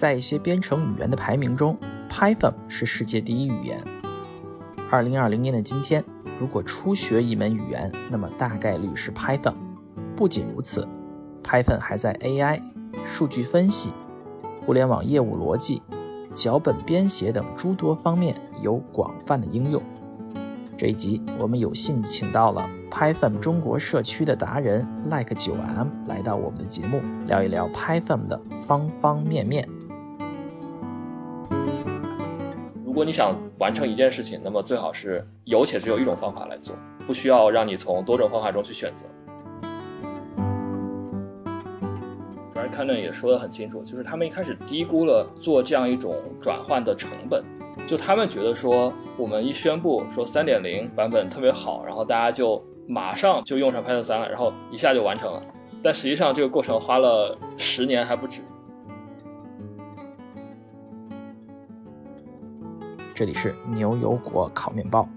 在一些编程语言的排名中 Python 是世界第一语言。2020年的今天，如果初学一门语言，那么大概率是 Python。 不仅如此， Python 还在 AI、 数据分析、互联网业务逻辑、脚本编写等诸多方面有广泛的应用。这一集我们有幸请到了 Python 中国社区的达人 Like9M 来到我们的节目，聊一聊 Python 的方方面面。 如果你想完成一件事情，那么最好是有且只有一种方法来做，不需要让你从多种方法中去选择。Brad Cannon 也说得很清楚，就是他们一开始低估了做这样一种转换的成本。就他们觉得说，我们一宣布说 3.0 版本特别好，然后大家就马上就用上 Python 3了，然后一下就完成了。但实际上这个过程花了10年还不止。 这里是牛油果烤面包。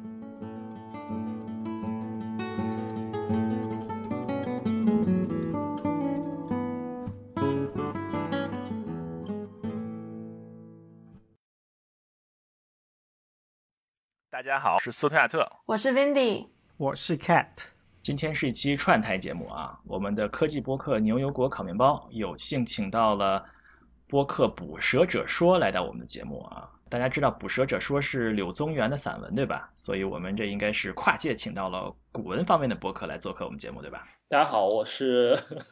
大家好，我是斯图亚特， 我是 Vindy， 我是 Cat。 今天是一期串台节目啊，我们的科技播客牛油果烤面包有幸请到了播客捕蛇者说来到我们的节目啊。大家知道捕蛇者说是柳宗元的散文对吧？所以我们这应该是跨界请到了古文方面的播客来做客我们节目对吧？ 大家好，我是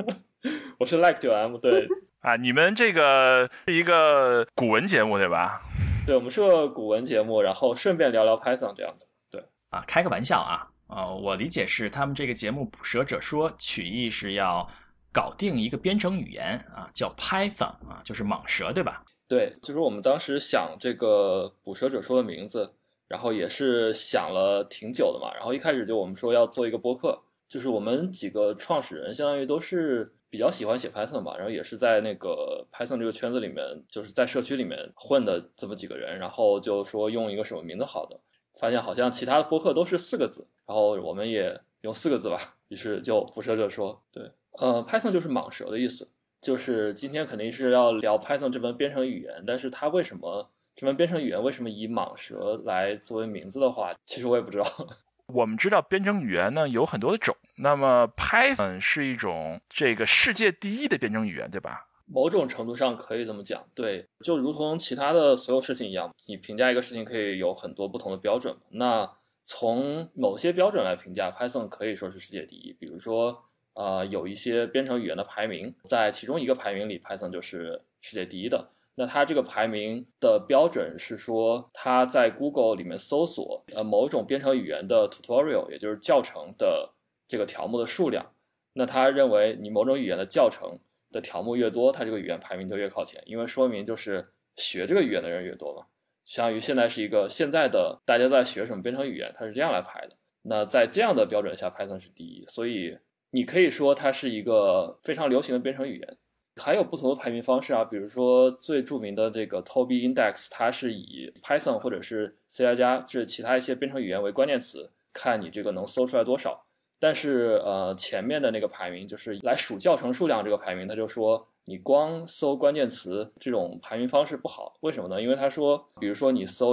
Like9M。 对啊，你们这个是一个古文节目对吧？ 对，我们是个古文节目，然后顺便聊聊 Python 这样子。对啊，开个玩笑啊。我理解是他们这个节目捕蛇者说取意是要搞定一个编程语言啊，叫 Python 啊，就是蟒蛇对吧？ 对，就是我们当时想这个捕蛇者说的名字，然后也是想了挺久的嘛。然后一开始就我们说要做一个播客，就是我们几个创始人相当于都是比较喜欢写 Python 吧，然后也是在那个 Python 这个圈子里面，就是在社区里面混的这么几个人，然后就说用一个什么名字好的，发现好像其他的播客都是4个字，然后我们也用4个字吧，于是就捕蛇者说。对，Python 就是蟒蛇的意思。就是今天肯定是要聊 Python 这门编程语言，但是它为什么这门编程语言为什么以蟒蛇来作为名字的话，其实我也不知道。 我们知道编程语言呢有很多的种，那么 Python 是一种这个世界第一的编程语言对吧？ 某种程度上可以这么讲，对，就如同其他的所有事情一样，你评价一个事情可以有很多不同的标准。那从某些标准来评价 Python 可以说是世界第一，比如说有一些编程语言的排名，在其中一个排名里 Python 就是世界第一的。那它这个排名的标准是说，它在 Google 里面搜索某种编程语言的 tutorial， 也就是教程的这个条目的数量。那他认为你某种语言的教程的条目越多，它这个语言排名就越靠前，因为说明就是学这个语言的人越多嘛。相当于现在是一个现在的大家在学什么编程语言，它是这样来排的。那在这样的标准下 Python 是第一，所以你可以说它是一个非常流行的编程语言。还有不同的排名方式啊，比如说最著名的这个 Toby Index， 它是以 Python 或者是 C++这其他一些编程语言为关键词，看你这个能搜出来多少。但是前面的那个排名就是来数教程数量，这个排名他就说你光搜关键词这种排名方式不好。为什么呢？因为他说比如说你搜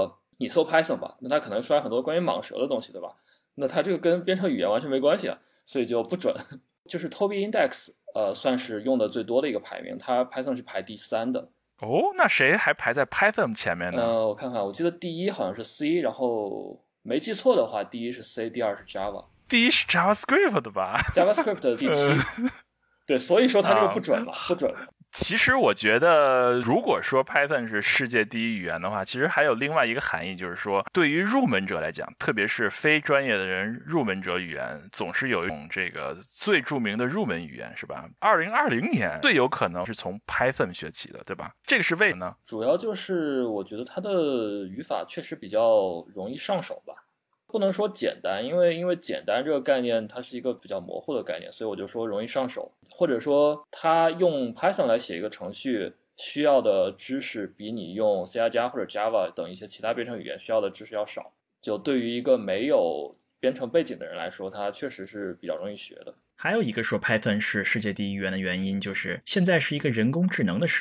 Python 吧，那它可能出来很多关于蟒蛇的东西对吧？那它这个跟编程语言完全没关系啊，所以就不准。就是 Toby Index 算是用的最多的一个排名，它 Python 是排第3的。 哦，那谁还排在 Python 前面呢？ 我看看，我记得第一好像是 C， 然后没记错的话，第一是 C， 第2是 Java， 第一是 JavaScript 的吧？ JavaScript 的第7。对，所以说它这个不准了，不准了。 其实我觉得如果说 Python 是世界第一语言的话，其实还有另外一个含义，就是说对于入门者来讲，特别是非专业的人，入门者语言总是有一种这个最著名的入门语言是吧？2020年最有可能是从 Python 学起的对吧？这个是为什么呢？ 主要就是我觉得它的语法确实比较容易上手吧。不能说简单，因为简单这个概念它是一个比较模糊的概念，所以我就说容易上手。或者说它用 Python 来写一个程序需要的知识比你用 C++ 或者 Java 等一些其他编程语言需要的知识要少，就对于一个没有编程背景的人来说，它确实是比较容易学的。 还有一个说 Python 是世界第一语言的原因，就是现在是一个人工智能的时代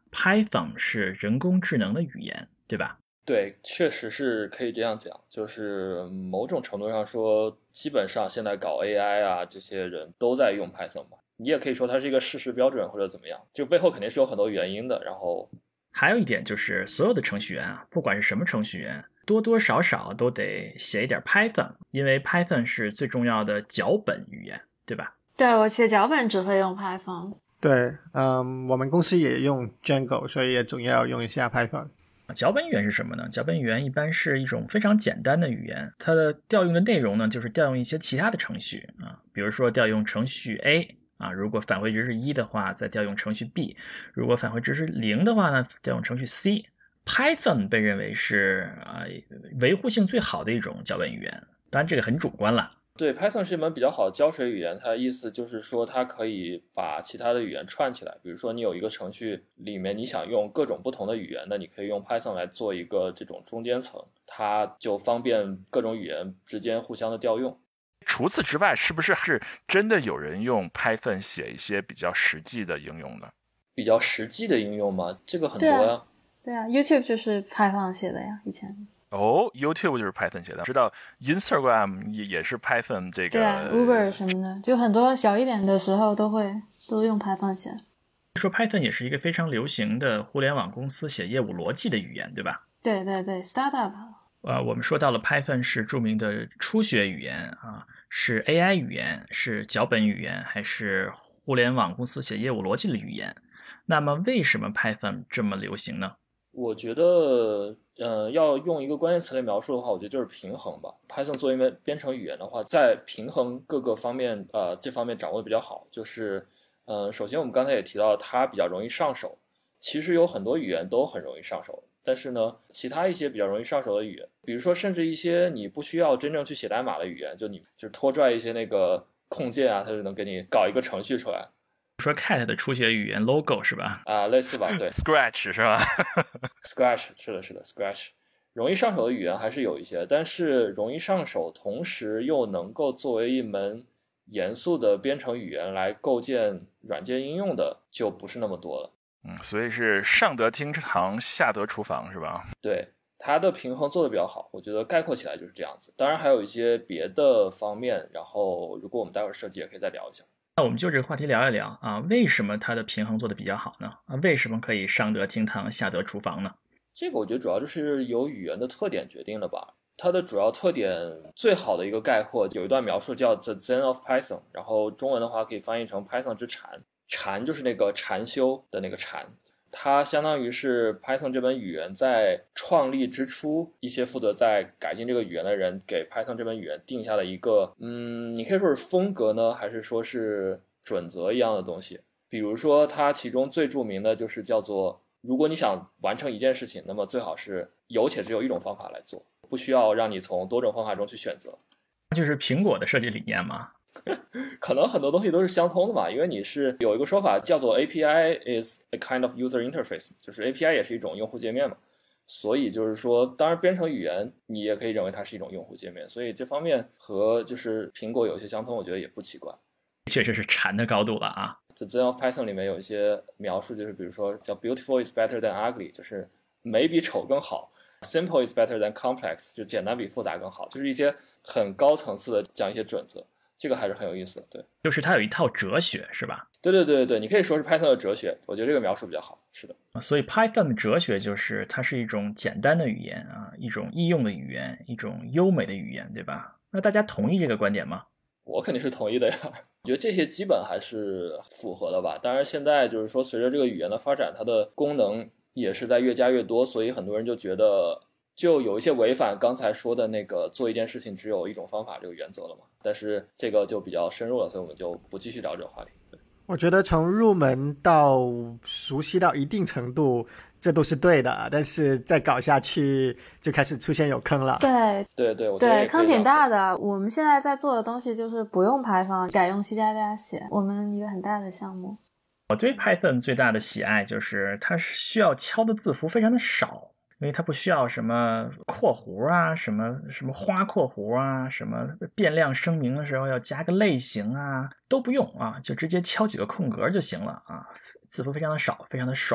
Python 是人工智能的语言，对吧？ 对，确实是可以这样讲，就是某种程度上说，基本上现在搞 AI 啊，这些人都在用 Python 吧。你也可以说它是一个事实标准或者怎么样，就背后肯定是有很多原因的。然后还有一点就是，所有的程序员啊，不管是什么程序员，多多少少都得写一点 Python， 因为 Python 是最重要的脚本语言，对吧？ 对，我写脚本只会用 Python。 对，我们公司也用 Django， 所以也总要用一下 Python。 脚本语言是什么呢？脚本语言一般是一种非常简单的语言，它的调用的内容呢，就是调用一些其他的程序啊，比如说调用程序 A 啊，如果返回值是1的话，再调用程序 B， 如果返回值是0的话呢，调用程序 C。Python 被认为是维护性最好的一种脚本语言，当然这个很主观了。 对 Python 是一门比较好的胶水语言，它的意思就是说它可以把其他的语言串起来，比如说你有一个程序里面你想用各种不同的语言，那你可以用 Python 来做一个这种中间层，它就方便各种语言之间互相的调用。 除此之外，是不是真的有人用 Python 写一些比较实际的应用呢？ 比较实际的应用吗？这个很多呀。 对啊 YouTube 就是 Python 写的呀，以前。 YouTube 就是 Python 写的，知道 Instagram 也是 Python 这个。 对啊 Uber 什么的，就很多小一点的时候都用 Python 写。 说 Python 也是一个非常流行的互联网公司写业务逻辑的语言，对吧？ 对对对 Startup。 我们说到了 Python 是著名的初学语言啊，是 AI 语言，是脚本语言，还是互联网公司写业务逻辑的语言？那么为什么 Python 这么流行呢？ 我觉得要用一个关键词来描述的话，我觉得就是平衡吧。Python 作为一门编程语言的话，在平衡各个方面这方面掌握的比较好。就是首先我们刚才也提到它比较容易上手，其实有很多语言都很容易上手，但是呢其他一些比较容易上手的语言，比如说甚至一些你不需要真正去写代码的语言，就是拖拽一些那个控件啊，它就能给你搞一个程序出来。 说 Cat 的初学语言 Logo 是吧？ 类似吧，对。 Scratch 是吧 Scratch 是的 Scratch 容易上手的语言还是有一些，但是容易上手同时又能够作为一门严肃的编程语言来构建软件应用的就不是那么多了。 所以是上得厅堂下得厨房是吧？ 对，它的平衡做得比较好，我觉得概括起来就是这样子。当然还有一些别的方面，然后如果我们待会儿设计也可以再聊一下。 那我们就这个话题聊一聊啊，为什么它的平衡做得比较好呢？为什么可以上得厅堂下得厨房呢？ 这个我觉得主要就是由语言的特点决定了吧。它的主要特点最好的一个概括，有一段描述叫 The Zen of Python， 然后中文的话可以翻译成 Python 之禅。禅就是那个禅修的那个禅，它相当于是 Python 这门语言在创立之初，一些负责在改进这个语言的人给 Python 这门语言定下的一个你可以说是风格呢，还是说是准则一样的东西。比如说它其中最著名的就是叫做，如果你想完成一件事情，那么最好是有且只有一种方法来做，不需要让你从多种方法中去选择。 就是苹果的设计理念嘛。 可能很多东西都是相通的嘛，因为你是有一个说法叫做 API is a kind of user interface， 就是 API 也是一种用户界面嘛，所以就是说当然编程语言你也可以认为它是一种用户界面，所以这方面和就是苹果有些相通，我觉得也不奇怪。 确实是禅的高度了啊。 The Zen of Python 里面有一些描述，就是比如说叫 beautiful is better than ugly， 就是美比丑更好， simple is better than complex， 就简单比复杂更好，就是一些很高层次的这样一些准则，这个还是很有意思的。对， 就是它有一套哲学是吧？ 对，你可以说是 Python 的哲学，我觉得这个描述比较好。是的， 所以 Python 的哲学就是它是一种简单的语言啊，一种易用的语言，一种优美的语言，对吧？那大家同意这个观点吗？ 我肯定是同意的呀。我觉得这些基本还是符合的吧。当然现在就是说随着这个语言的发展，它的功能也是在越加越多，所以很多人就觉得就有一些违反刚才说的那个做一件事情只有一种方法这个原则了嘛。但是这个就比较深入了，所以我们就不继续聊这个话题。对，我觉得从入门到熟悉到一定程度这都是对的，但是再搞下去就开始出现有坑了。 对，坑挺大的。我们现在在做的东西就是不用 Python， 改用 C++ 写，我们一个很大的项目。 我对 Python 最大的喜爱就是它是需要敲的字符非常的少，因为它不需要什么括弧啊，什么花括弧啊，什么变量声明的时候要加个类型啊，都不用啊，就直接敲几个空格就行了啊，字符非常的少，非常的爽。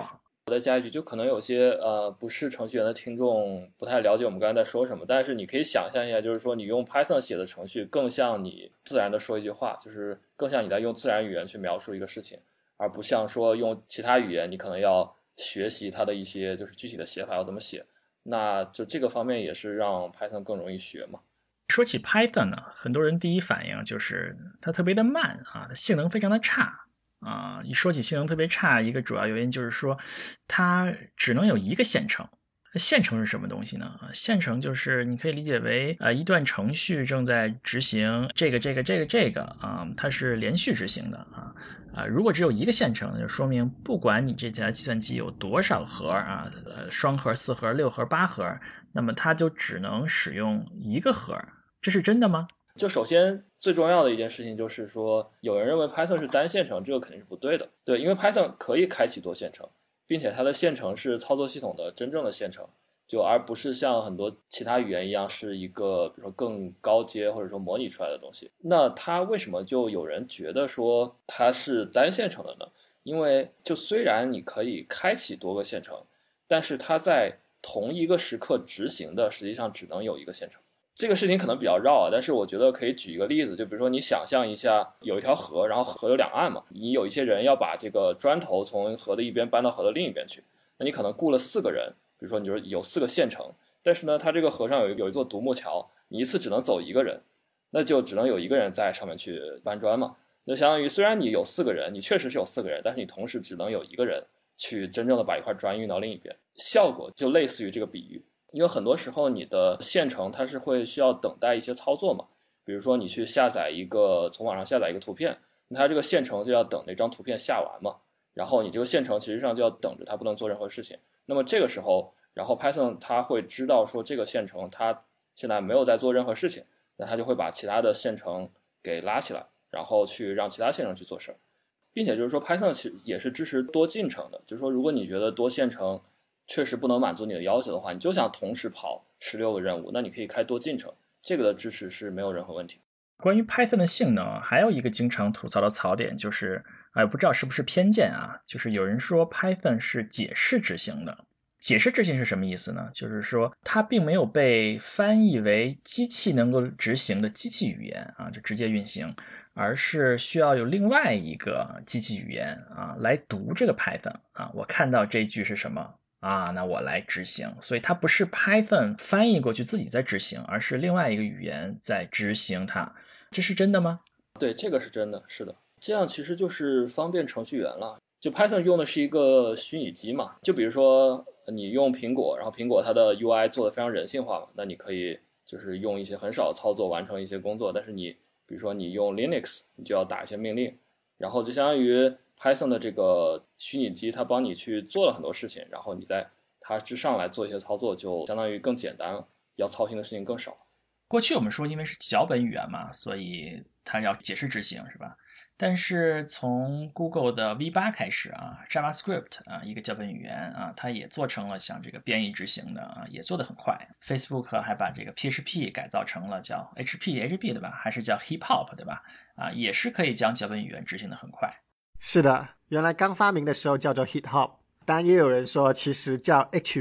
我再加一句，就可能有些不是程序员的听众不太了解我们刚才在说什么，但是你可以想象一下，就是说你用 Python 写的程序更像你自然的说一句话，就是更像你在用自然语言去描述一个事情，而不像说用其他语言你可能要学习它的一些就是具体的写法要怎么写，那就这个方面也是让 Python 更容易学嘛。 说起 Python 呢，很多人第一反应就是它特别的慢啊，它性能非常的差。一说起性能特别差，一个主要原因就是说，它只能有一个线程。线程是什么东西呢？线程就是你可以理解为一段程序正在执行这个它是连续执行的如果只有一个线程，就说明不管你这台计算机有多少核双核、4核、6核、8核，那么它就只能使用一个核。这是真的吗？ 就首先最重要的一件事情就是说，有人认为 Python 是单线程，这个肯定是不对的。对，因为 Python 可以开启多线程，并且它的线程是操作系统的真正的线程，而不是像很多其他语言一样是一个比如说更高阶或者说模拟出来的东西。那它为什么就有人觉得说它是单线程的呢？因为就虽然你可以开启多个线程，但是它在同一个时刻执行的实际上只能有一个线程。这个事情可能比较绕但是我觉得可以举一个例子，就比如说你想象一下有一条河，然后河有两岸嘛，你有一些人要把这个砖头从河的一边搬到河的另一边去，那你可能雇了4个人，比如说你就是有4个线程，但是呢它这个河上有一座独木桥，你一次只能走1个人，那就只能有1个人在上面去搬砖嘛，那相当于虽然你有4个人，你确实是有4个人，但是你同时只能有1个人去真正的把一块砖运到另一边，效果就类似于这个比喻。因为很多时候你的线程它是会需要等待一些操作嘛，比如说你去从网上下载一个图片，那它这个线程就要等那张图片下完嘛，然后你这个线程其实上就要等着它，不能做任何事情。那么这个时候，然后 Python 它会知道说这个线程它现在没有在做任何事情，那它就会把其他的线程给拉起来，然后去让其他线程去做事儿，并且就是说 Python 其实也是支持多进程的，就是说如果你觉得多线程确实不能满足你的要求的话，你就想同时跑16个任务，那你可以开多进程，这个的支持是没有任何问题。 关于 Python 的性能，还有一个经常吐槽的槽点就是，不知道是不是偏见就是有人说 Python 是解释执行的。解释执行是什么意思呢？就是说它并没有被翻译为机器能够执行的机器语言就直接运行，而是需要有另外一个机器语言来读这个 Python 我看到这句是什么那我来执行，所以它不是 Python 翻译过去自己在执行，而是另外一个语言在执行它。这是真的吗？ 对，这个是真的，是的。这样其实就是方便程序员了。就 Python 用的是一个虚拟机嘛，就比如说你用苹果，然后苹果它的 UI 做得非常人性化嘛，那你可以就是用一些很少的操作完成一些工作，但是你比如说你用 Linux， 你就要打一些命令，然后就相当于Python 的这个虚拟机它帮你去做了很多事情，然后你在它之上来做一些操作，就相当于更简单了，要操心的事情更少。 过去我们说因为是脚本语言嘛，所以它要解释执行是吧？但是从 Google 的 V8 开始JavaScript 一个脚本语言它也做成了像这个编译执行的也做得很快。Facebook 还把这个 PHP 改造成了叫 HB 对吧？还是叫 Hip Hop 对吧？也是可以将脚本语言执行得很快。 是的，原来刚发明的时候叫做 Hip Hop， 当然也有人说其实叫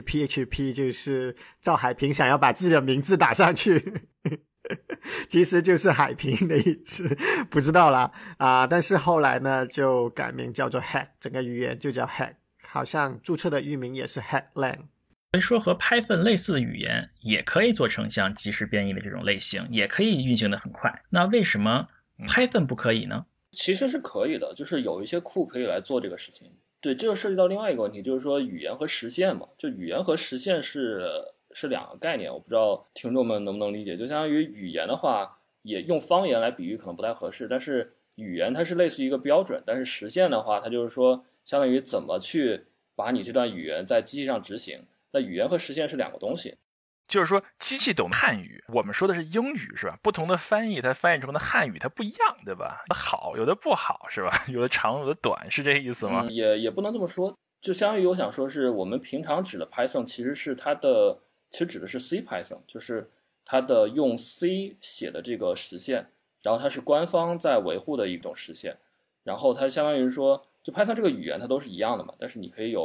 HP 就是赵海平想要把自己的名字打上去其实就是海平的意思，不知道啦但是后来呢就改名叫做 Hack， 整个语言就叫 Hack， 好像注册的域名也是 Hacklang。 所以说和 Python 类似的语言也可以做成像即时编译的这种类型，也可以运行得很快。那为什么 Python 不可以呢？ 其实是可以的，就是有一些库可以来做这个事情。对，这就涉及到另外一个问题，就是说语言和实现嘛，就语言和实现是两个概念，我不知道听众们能不能理解。就相当于语言的话，也用方言来比喻可能不太合适，但是语言它是类似于一个标准，但是实现的话，它就是说相当于怎么去把你这段语言在机器上执行。那语言和实现是两个东西。 就是说机器懂汉语，我们说的是英语是吧？不同的翻译它翻译成的汉语它不一样对吧？好有的不好是吧？有的长有的短，是这意思吗？ 也不能这么说，就相当于我想说是我们平常指的 Python 其实是其实指的是 C Python， 就是它的用 C 写的这个实现，然后它是官方在维护的一种实现，然后它相当于说就 Python 这个语言它都是一样的嘛，但是你可以有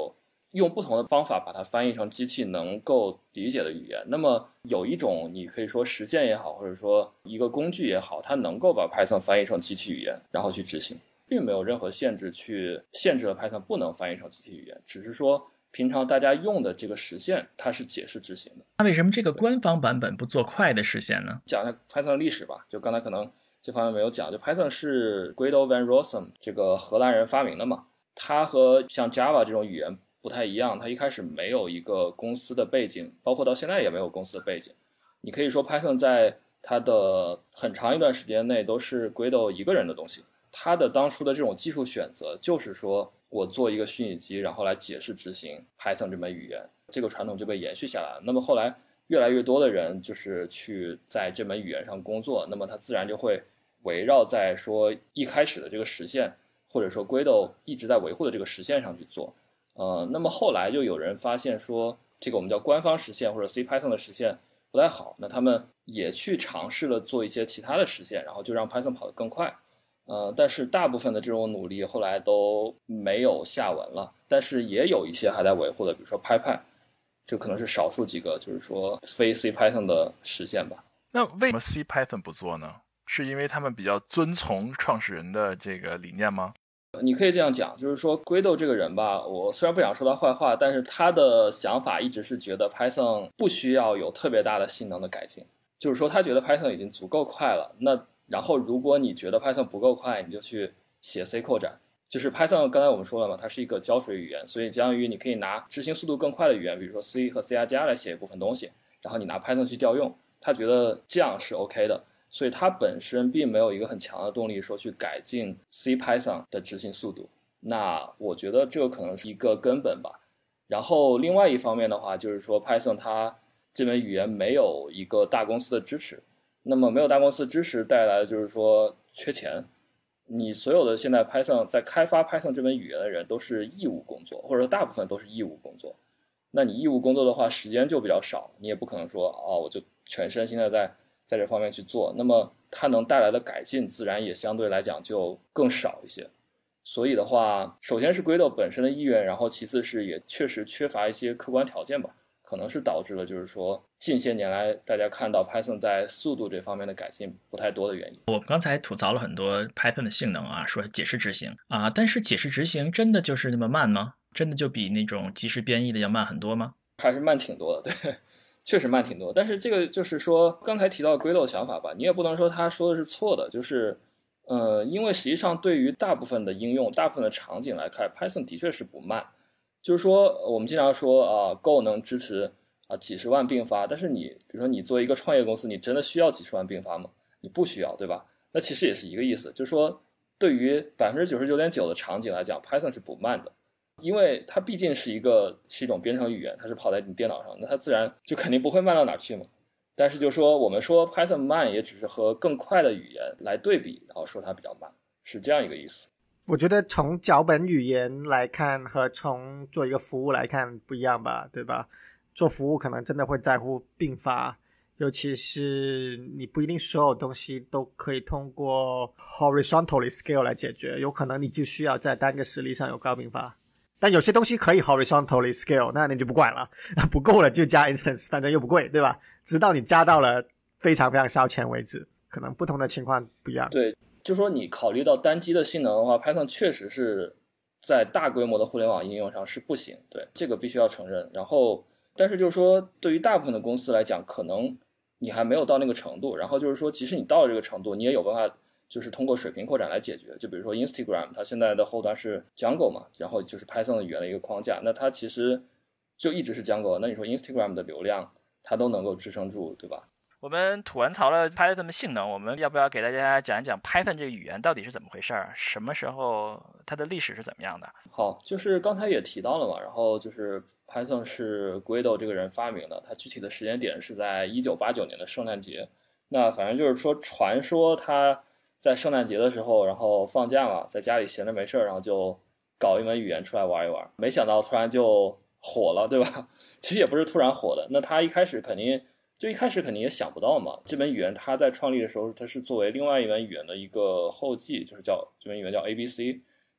用不同的方法把它翻译成机器能够理解的语言。那么有一种你可以说实践也好，或者说一个工具也好，它能够把 Python 翻译成机器语言然后去执行，并没有任何限制去限制了 Python 不能翻译成机器语言，只是说平常大家用的这个实现它是解释执行的。 那为什么这个官方版本不做快的实现呢？ 讲一下 Python 的历史吧，就刚才可能这方面没有讲，就 Python 是 Guido van Rossum 这个荷兰人发明的嘛，它和像 Java 这种语言不太一样，它一开始没有一个公司的背景，包括到现在也没有公司的背景。你可以说 Python 在它的很长一段时间内都是 Guido 一个人的东西。它的当初的这种技术选择就是说我做一个虚拟机，然后来解释执行 Python 这门语言，这个传统就被延续下来了。那么后来越来越多的人就是去在这门语言上工作，那么它自然就会围绕在说一开始的这个实现，或者说 Guido 一直在维护的这个实现上去做。那么后来就有人发现说这个我们叫官方实现或者 CPython 的实现不太好，那他们也去尝试了做一些其他的实现，然后就让 Python 跑得更快。但是大部分的这种努力后来都没有下文了，但是也有一些还在维护的，比如说 PyPy， 这可能是少数几个就是说非 CPython 的实现吧。 那为什么 CPython 不做呢？是因为他们比较遵从创始人的这个理念吗？ 你可以这样讲，就是说 Guido 这个人吧，我虽然不想说他坏话，但是他的想法一直是觉得 Python 不需要有特别大的性能的改进，就是说他觉得 Python 已经足够快了，那然后如果你觉得 Python 不够快，你就去写 C 扩展。就是 Python 刚才我们说了嘛，它是一个胶水语言，所以相当于你可以拿执行速度更快的语言，比如说 C 和 C++ 来写一部分东西，然后你拿 Python 去调用，他觉得这样是 OK 的。所以它本身并没有一个很强的动力说去改进 CPython 的执行速度，那我觉得这个可能是一个根本吧。然后另外一方面的话，就是说 Python 它这门语言没有一个大公司的支持，那么没有大公司支持带来的就是说缺钱。你所有的现在 Python 在开发 Python 这门语言的人都是义务工作，或者说大部分都是义务工作。那你义务工作的话，时间就比较少，你也不可能说我就全身心的在这方面去做，那么它能带来的改进自然也相对来讲就更少一些。所以的话，首先是 Guido 本身的意愿，然后其次是也确实缺乏一些客观条件吧，可能是导致了就是说近些年来大家看到 Python 在速度这方面的改进不太多的原因。 我们刚才吐槽了很多 Python 的性能啊，说解释执行啊，但是解释执行真的就是那么慢吗？真的就比那种即时编译的要慢很多吗？ 还是慢挺多的，对，确实慢挺多。但是这个就是说刚才提到 Guido 的想法吧，你也不能说他说的是错的，就是因为实际上对于大部分的应用大部分的场景来看， Python 的确是不慢。就是说我们经常说Go 能支持几十万并发，但是你比如说你作为一个创业公司，你真的需要几十万并发吗？你不需要，对吧？那其实也是一个意思，就是说对于 99.9% 的场景来讲， Python 是不慢的，因为它毕竟是一种编程语言，它是跑在你电脑上，那它自然就肯定不会慢到哪去嘛。但是就说我们说 Python 慢，也只是和更快的语言来对比，然后说它比较慢，是这样一个意思。 我觉得从脚本语言来看和从做一个服务来看不一样吧，对吧？做服务可能真的会在乎并发，尤其是你不一定所有东西都可以通过 horizontally scale 来解决，有可能你就需要在单个实例上有高并发。但有些东西可以 horizontally scale， 那你就不管了，不够了就加 instance， 反正又不贵，对吧？直到你加到了非常非常烧钱为止，可能不同的情况不一样。 对，就说你考虑到单机的性能的话， Python 确实是在大规模的互联网应用上是不行，对，这个必须要承认。然后但是就是说对于大部分的公司来讲，可能你还没有到那个程度，然后就是说即使你到了这个程度，你也有办法就是通过水平扩展来解决。就比如说 Instagram 它现在的后端是 Django 嘛，然后就是 Python 的语言的一个框架，那它其实就一直是 Django， 那你说 Instagram 的流量它都能够支撑住，对吧？ 我们吐完槽了 Python 的性能，我们要不要给大家讲一讲 Python 这个语言到底是怎么回事？什么时候它的历史是怎么样的？ 好，就是刚才也提到了嘛，然后就是 Python 是 Guido 这个人发明的，他具体的时间点是在1989年的圣诞节。那反正就是说传说他在圣诞节的时候，然后放假嘛，在家里闲着没事，然后就搞一门语言出来玩一玩，没想到突然就火了，对吧？其实也不是突然火的，那他一开始肯定也想不到嘛。这门语言它在创立的时候，它是作为另外一门语言的一个后继，就是叫这门语言叫 ABC，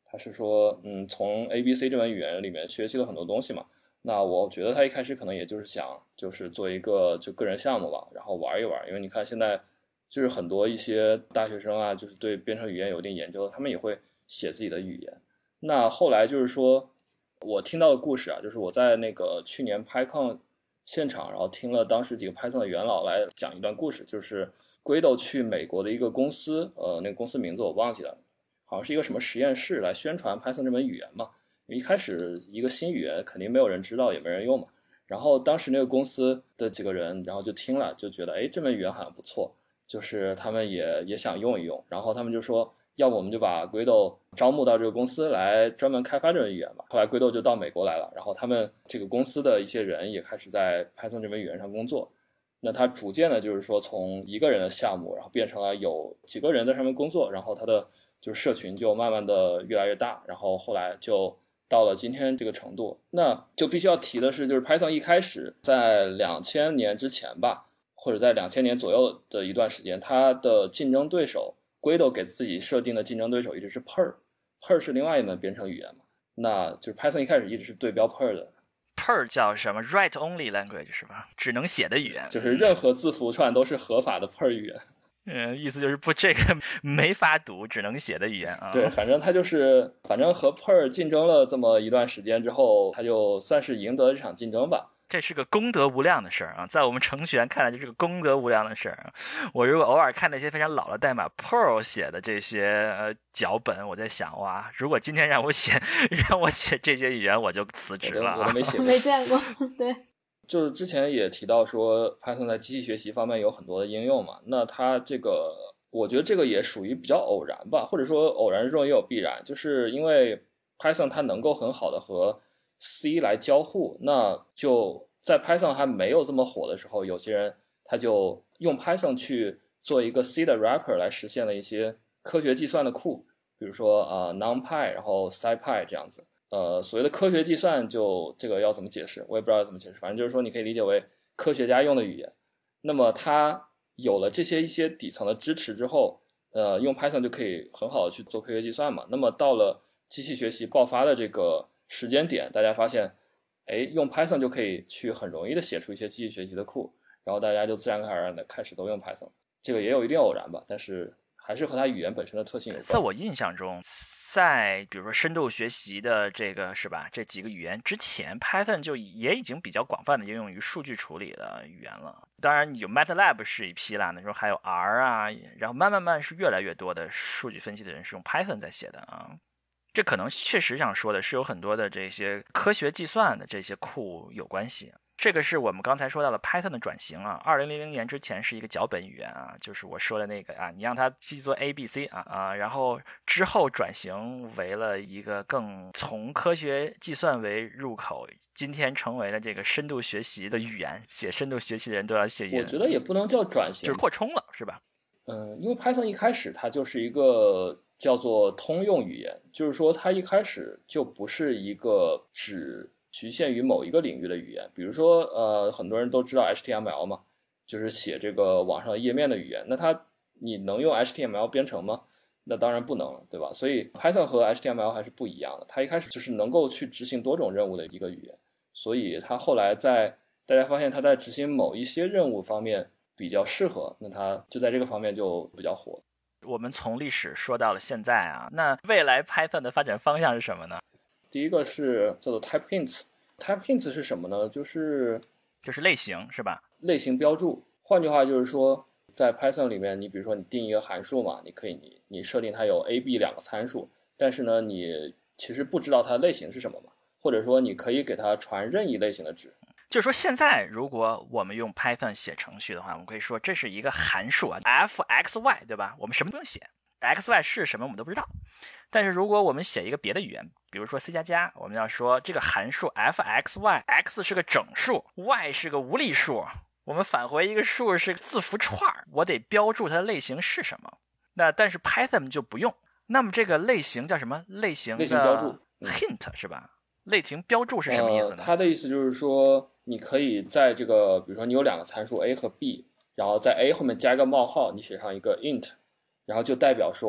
他是说从 ABC 这门语言里面学习了很多东西嘛。那我觉得他一开始可能也就是想就是做一个就个人项目吧，然后玩一玩。因为你看现在就是很多一些大学生啊，就是对编程语言有点研究，他们也会写自己的语言。那后来就是说我听到的故事啊，就是我在那个去年 PyCon 现场，然后听了当时几个 Python 的元老来讲一段故事，就是 Guido 去美国的一个公司，那个公司名字我忘记了，好像是一个什么实验室来宣传 Python 这门语言嘛。一开始一个新语言肯定没有人知道，也没人用嘛。然后当时那个公司的几个人，然后就听了，就觉得这门语言好像不错，就是他们也想用一用。然后他们就说，要不我们就把 Guido 招募到这个公司来专门开发这门语言吧。后来 Guido 就到美国来了，然后他们这个公司的一些人也开始在 Python 这门语言上工作。那他逐渐的就是说从一个人的项目，然后变成了有几个人在上面工作，然后他的就是社群就慢慢的越来越大，然后后来就到了今天这个程度。那就必须要提的是，就是 Python 一开始在2000年之前吧，或者在2000年左右的一段时间，它的竞争对手 Guido 给自己设定的竞争对手一直是 Perl 是另外一门编程语言嘛。那就是 Python 一开始一直是对标 Perl 的。 Perl 叫什么 Write Only Language 是吧？只能写的语言， 就是任何字符串都是合法的 Perl 语言。 意思就是不，这个没法读，只能写的语言啊。 对，反正他就是反正和 Perl 竞争了这么一段时间之后，他就算是赢得了这场竞争吧。 这是个功德无量的事儿啊，在我们程序员看来，这是个功德无量的事儿。我如果偶尔看那些非常老的代码 ，Perl 写的这些脚本，我在想，哇，如果今天让我写这些语言，我就辞职了。 我都没写过， 没见过。对， 就是之前也提到说 Python 在机器学习方面有很多的应用嘛，那它这个我觉得这个也属于比较偶然吧，或者说偶然之中也有必然，就是因为 Python 它能够很好的和 C 来交互，那就在 Python 还没有这么火的时候，有些人他就用 Python 去做一个 C 的 wrapper 来实现了一些科学计算的库，比如说NumPy 然后 SciPy 这样子。所谓的科学计算，就这个要怎么解释我也不知道怎么解释，反正就是说你可以理解为科学家用的语言。那么它有了这些一些底层的支持之后，用 Python 就可以很好的去做科学计算嘛。那么到了机器学习爆发的这个时间点，大家发现用 Python 就可以去很容易的写出一些机器学习的库，然后大家就自然而然的开始都用 Python。这个也有一定偶然吧，但是还是和它语言本身的特性有关。 在我印象中，在比如说深度学习的这个是吧，这几个语言之前 Python 就也已经比较广泛的应用于数据处理的语言了。当然有 MATLAB 是一批啦，那时候还有 R 啊，然后慢慢是越来越多的数据分析的人是用 Python 在写的啊。这可能确实想说的是有很多的这些科学计算的这些库有关系。这个是我们刚才说到的 Python 的转型啊，2000年之前是一个脚本语言啊，就是我说的那个啊，你让它去做 ABC 然后之后转型为了一个更从科学计算为入口，今天成为了这个深度学习的语言，写深度学习的人都要写语言。 我觉得也不能叫转型， 就是扩充了，是吧？ 因为 Python 一开始它就是一个叫做通用语言，就是说它一开始就不是一个只局限于某一个领域的语言。比如说很多人都知道 HTML 嘛，就是写这个网上页面的语言，那你能用 HTML 编程吗？那当然不能，对吧？所以 Python 和 HTML 还是不一样的，它一开始就是能够去执行多种任务的一个语言，所以它后来在大家发现它在执行某一些任务方面比较适合，那它就在这个方面就比较火。 我们从历史说到了现在啊，那未来 Python 的发展方向是什么呢？ 第一个是叫做 type hints。type hints 是什么呢？就是类型，是吧？ 类型标注。换句话就是说，在 Python 里面，你比如说你定一个函数嘛，你可以你设定它有 A、B 两个参数，但是呢，你其实不知道它的类型是什么嘛，或者说你可以给它传任意类型的值。 就是说现在如果我们用 Python 写程序的话，我们可以说这是一个函数啊 f(x,y) 对吧？我们什么不用写， xy 是什么我们都不知道。但是如果我们写一个别的语言，比如说 C++，我们要说这个函数 f(x,y) x 是个整数， y 是个无理数，我们返回一个数是个字符串，我得标注它的类型是什么。那但是 Python 就不用。那么这个类型叫什么？类型标注 hint 是吧？类型标注是什么意思呢？ 它的意思就是说，你可以在这个，比如说你有两个参数 A 和 B， 然后在 A 后面加一个冒号，你写上一个 int， 然后就代表说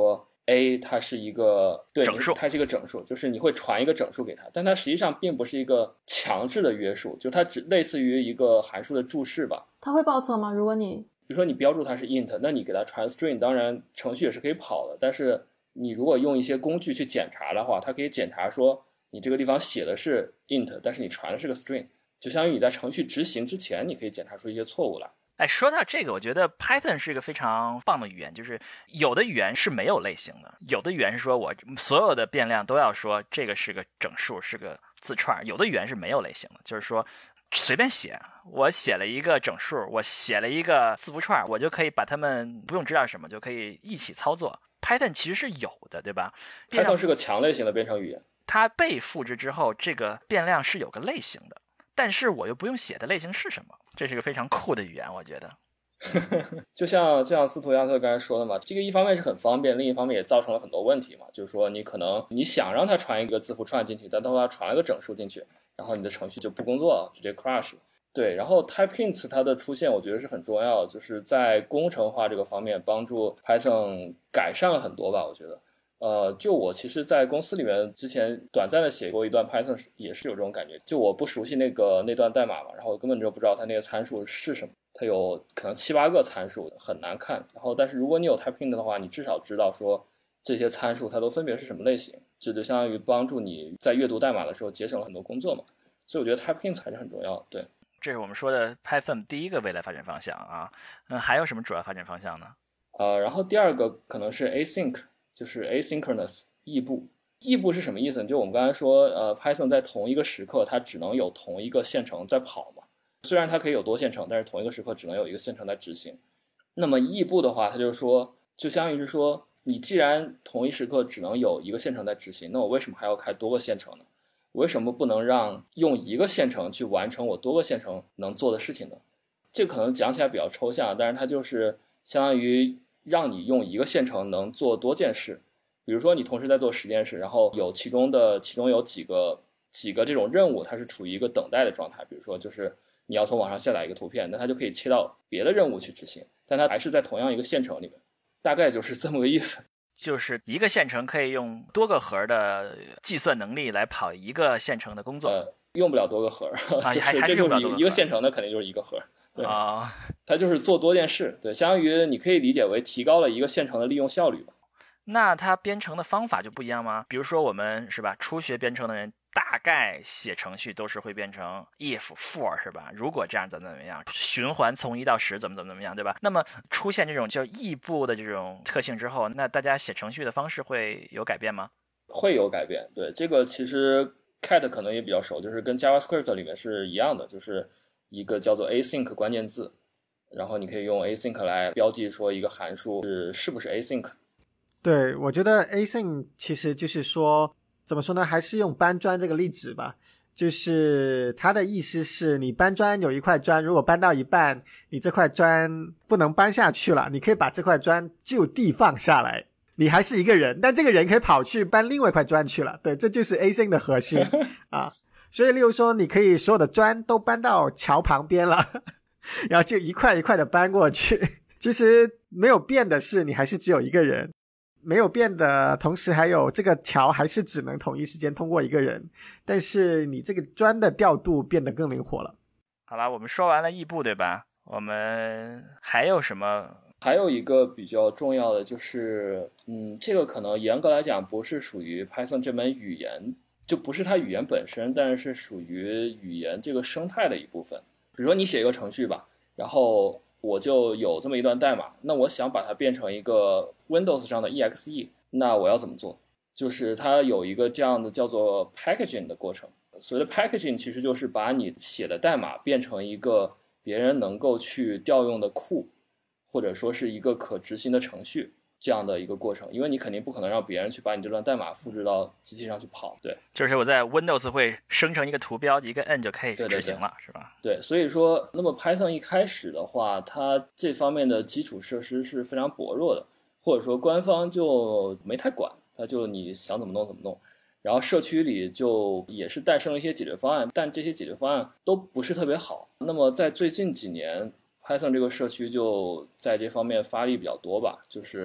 A 它是一个整数， 它是一个整数，就是你会传一个整数给它，但它实际上并不是一个强制的约束，就它只类似于一个函数的注释吧。 它会报错吗？如果你比如说你标注它是 int， 那你给它传 string， 当然程序也是可以跑的，但是你如果用一些工具去检查的话，它可以检查说你这个地方写的是 int， 但是你传的是个 string， 就相当于你在程序执行之前你可以检查出一些错误来。 哎，说到这个，我觉得 Python 是一个非常棒的语言，就是有的语言是没有类型的，有的语言是说我所有的变量都要说这个是个整数，是个字串，有的语言是没有类型的，就是说随便写，我写了一个整数，我写了一个字符串，我就可以把它们不用知道什么就可以一起操作。Python 其实是有的，对吧？ Python 是个强类型的编程语言， 它被复制之后，这个变量是有个类型的，但是我又不用写的类型是什么，这是个非常酷的语言，我觉得。 就像斯图亚特刚才说的嘛，这个一方面是很方便，另一方面也造成了很多问题嘛。就是说你可能你想让它传一个字符串进去，但到它传了个整数进去，然后你的程序就不工作了，直接 crash 了。对，然后 type hints 它的出现我觉得是很重要，就是在工程化这个方面帮助 Python 改善了很多吧，我觉得。就我其实在公司里面之前短暂的写过一段 Python， 也是有这种感觉，就我不熟悉那段代码嘛，然后根本就不知道它那个参数是什么，它有可能7、8个参数，很难看。然后但是如果你有 type hint 的话，你至少知道说这些参数它都分别是什么类型，这就相当于帮助你在阅读代码的时候节省了很多工作嘛。所以我觉得 type hint 还是很重要的。对， 这是我们说的 Python 第一个未来发展方向啊。还有什么主要发展方向呢？ 然后第二个可能是 async， 就是 asynchronous 异步。异步是什么意思呢？就我们刚才说Python 在同一个时刻它只能有同一个线程在跑嘛，虽然它可以有多线程，但是同一个时刻只能有一个线程在执行。那么异步的话，它就是说就相当于是说你既然同一时刻只能有一个线程在执行，那我为什么还要开多个线程呢？为什么不能让用一个线程去完成我多个线程能做的事情呢？这可能讲起来比较抽象，但是它就是相当于让你用一个线程能做多件事。比如说你同时在做10件事，然后有其中有几个这种任务它是处于一个等待的状态，比如说就是你要从网上下载一个图片，那它就可以切到别的任务去执行，但它还是在同样一个线程里面，大概就是这么个意思。 就是一个线程可以用多个核的计算能力来跑一个线程的工作。 用不了多个核， 还这用不了多个核， 就是一个线程的肯定就是一个核。对啊， 它就是做多件事，对，相当于你可以理解为提高了一个线程的利用效率吧。 那它编程的方法就不一样吗？比如说我们是吧，初学编程的人大概写程序都是会编成 if for 是吧？如果这样怎么样，循环从1到10怎么样，对吧？那么出现这种叫异步的这种特性之后，那大家写程序的方式会有改变吗？ 会有改变，对，这个其实 Cat 可能也比较熟，就是跟 JavaScript 里面是一样的，就是一个叫做 async 关键字，然后你可以用 async 来标记说一个函数是不是 async。 对，我觉得 async 其实就是说怎么说呢，还是用搬砖这个例子吧，就是它的意思是你搬砖有一块砖，如果搬到一半你这块砖不能搬下去了，你可以把这块砖就地放下来，你还是一个人，但这个人可以跑去搬另外一块砖去了。对，这就是 async 的核心啊。所以例如说你可以所有的砖都搬到桥旁边了然后就一块一块的搬过去，其实没有变的是你还是只有一个人，没有变的同时还有这个桥还是只能同一时间通过一个人，但是你这个砖的调度变得更灵活了。 好了，我们说完了异步对吧？我们还有什么？ 还有一个比较重要的就是这个可能严格来讲不是属于 Python 这门语言，就不是它语言本身，但是属于语言这个生态的一部分。比如说你写一个程序吧，然后我就有这么一段代码，那我想把它变成一个 Windows 上的 EXE， 那我要怎么做？就是它有一个这样的叫做 packaging 的过程。所谓的 packaging 其实就是把你写的代码变成一个别人能够去调用的库，或者说是一个可执行的程序，这样的一个过程。因为你肯定不可能让别人去把你这段代码复制到机器上去跑。对， 就是我在 Windows 会生成一个图标，一个摁就可以执行了，是吧？ 对，所以说那么 Python 一开始的话，它这方面的基础设施是非常薄弱的，或者说官方就没太管，它就你想怎么弄怎么弄。然后社区里就也是诞生了一些解决方案，但这些解决方案都不是特别好。那么在最近几年 Python 这个社区就在这方面发力比较多吧，就是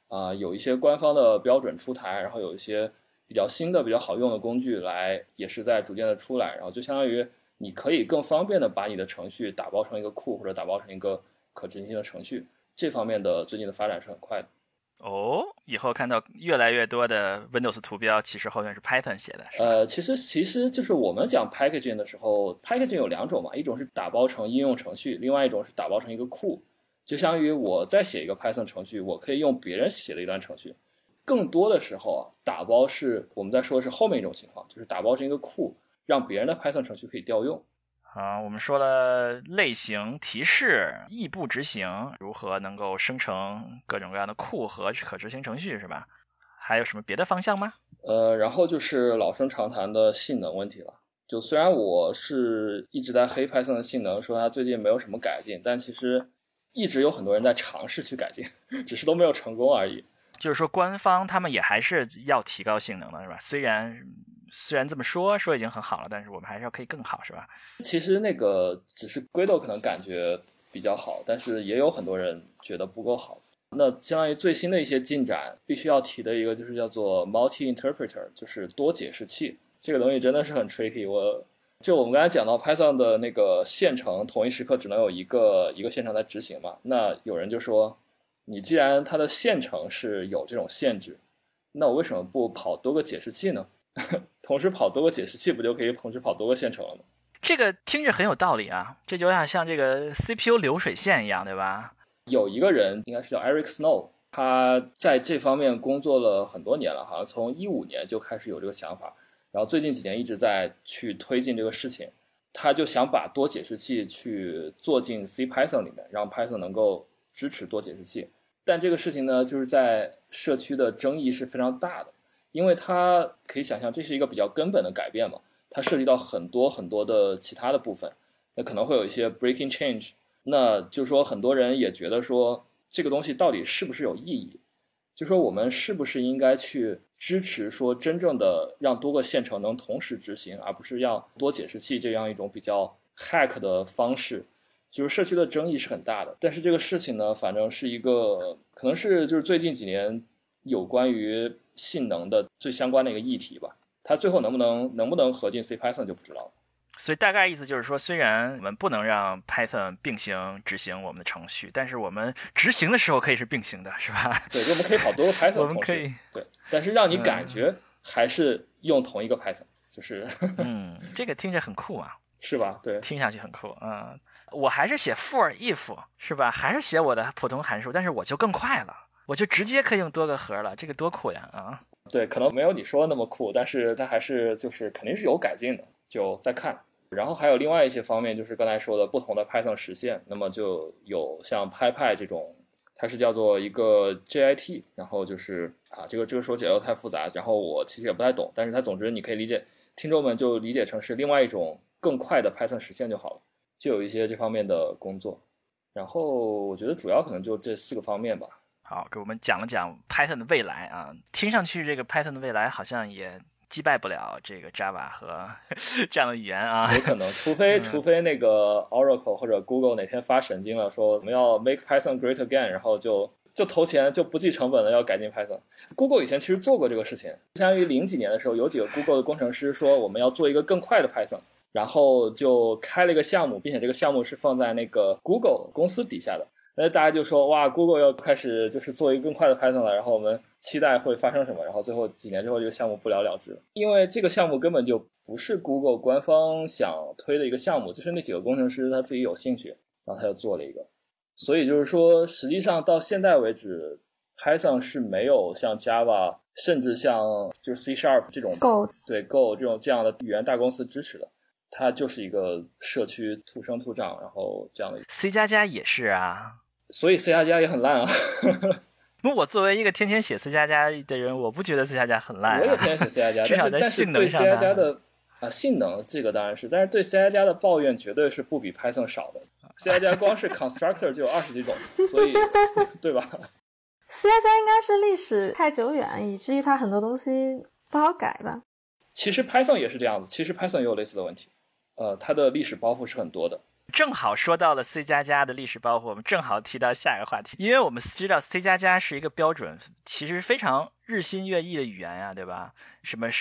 有一些官方的标准出台，然后有一些比较新的比较好用的工具来也是在逐渐的出来，然后就相当于你可以更方便的把你的程序打包成一个库或者打包成一个可执行性的程序，这方面的最近的发展是很快的。 以后看到越来越多的 Windows 图标其实后面是 Python 写的。 其实就是我们讲 packaging 的时候 packaging 有两种嘛，一种是打包成应用程序，另外一种是打包成一个库，就相当于我再写一个 Python 程序，我可以用别人写的一段程序。更多的时候打包是我们在说的是后面一种情况，就是打包成一个库，让别人的 Python 程序可以调用。 我们说了类型、提示、异步执行，如何能够生成各种各样的库和可执行程序，是吧？还有什么别的方向吗？ 然后就是老生常谈的性能问题了。就虽然我是一直在黑 Python 的性能，说它最近没有什么改进，但其实一直有很多人在尝试去改进，只是都没有成功而已。 就是说官方他们也还是要提高性能的，是吧？虽然这么说已经很好了，但是我们还是要可以更好，是吧？ 其实那个只是 Guido 可能感觉比较好，但是也有很多人觉得不够好。那相当于最新的一些进展必须要提的一个就是叫做 multi-interpreter， 就是多解释器。这个东西真的是很 tricky。我们刚才讲到 Python 的那个线程同一时刻只能有一个线程在执行嘛，那有人就说你既然它的线程是有这种限制，那我为什么不跑多个解释器呢？同时跑多个解释器不就可以同时跑多个线程了吗？ 这个听着很有道理啊，这就有点像这个 CPU 流水线一样，对吧？ 有一个人应该是叫 Eric Snow， 他在这方面工作了很多年了，好像从2015年就开始有这个想法，然后最近几年一直在去推进这个事情。他就想把多解释器去做进 CPython 里面，让 Python 能够支持多解释器。但这个事情呢，就是在社区的争议是非常大的，因为它可以想象这是一个比较根本的改变嘛，它涉及到很多很多的其他的部分，那可能会有一些 breaking change， 那就是说很多人也觉得说这个东西到底是不是有意义，就说我们是不是应该去支持说真正的让多个线程能同时执行，而不是让多解释器这样一种比较 hack 的方式。就是社区的争议是很大的，但是这个事情呢，反正是一个可能是就是最近几年有关于性能的最相关的一个议题吧。它最后能不能合进 CPython 就不知道了。 所以大概意思就是说，虽然我们不能让 Python 并行执行我们的程序，但是我们执行的时候可以是并行的，是吧？ 对，我们可以跑多个 Python 我们可以对，但是让你感觉还是用同一个 Python，就是这个听着很酷啊， 是吧？对， 听上去很酷。我还是写 for if 是吧？还是写我的普通函数，但是我就更快了，我就直接可以用多个核了，这个多酷呀啊！ 对，可能没有你说的那么酷，但是它还是就是肯定是有改进的，就再看。然后还有另外一些方面，就是刚才说的不同的 Python 实现，那么就有像 PyPy 这种，它是叫做一个 JIT， 然后就是这个说起来又太复杂，然后我其实也不太懂，但是它总之你可以理解，听众们就理解成是另外一种更快的 Python 实现就好了，就有一些这方面的工作。然后我觉得主要可能就这4个方面吧。 好，给我们讲了讲 Python 的未来啊，听上去这个 Python 的未来好像也击败不了这个 Java 和这样的语言啊。 有可能，除非那个 Oracle 或者 Google 哪天发神经了，说我们要 make Python great again， 然后就投钱，就不计成本的要改进 Python。Google 以前其实做过这个事情，相当于00几年的时候，有几个 Google 的工程师说我们要做一个更快的 Python， 然后就开了一个项目，并且这个项目是放在那个 Google 公司底下的。那大家就说哇 Google 要开始就是做一个更快的 Python 了，然后我们期待会发生什么，然后最后几年之后这个项目不了了之，因为这个项目根本就不是 Google 官方想推的一个项目，就是那几个工程师他自己有兴趣，然后他就做了一个。所以就是说实际上到现在为止 Python 是没有像 Java 甚至像就是 C# 这种 Go 对 Go 这样的语言大公司支持的，它就是一个社区土生土长然后这样的。 C++ 也是啊， 所以 C++ 也很烂啊。 我作为一个天天写 C++ 的人，我不觉得 C++ 很烂啊。 我也天天写 C++， 至少在性能上， 但是对 C++ 的性能这个当然是，但是对 C++ 的抱怨绝对是不比 Python 少的。C++ 光是 constructor 就有20几种，所以对吧？ C++ 应该是历史太久远，以至于它很多东西不好改吧。 其实 Python 也是这样子，其实 Python 也有类似的问题，它的历史包袱是很多的。 正好说到了 C++ 的历史包袱，我们正好提到下一个话题，因为我们知道 C++ 是一个标准，其实非常日新月异的语言呀，对吧？什么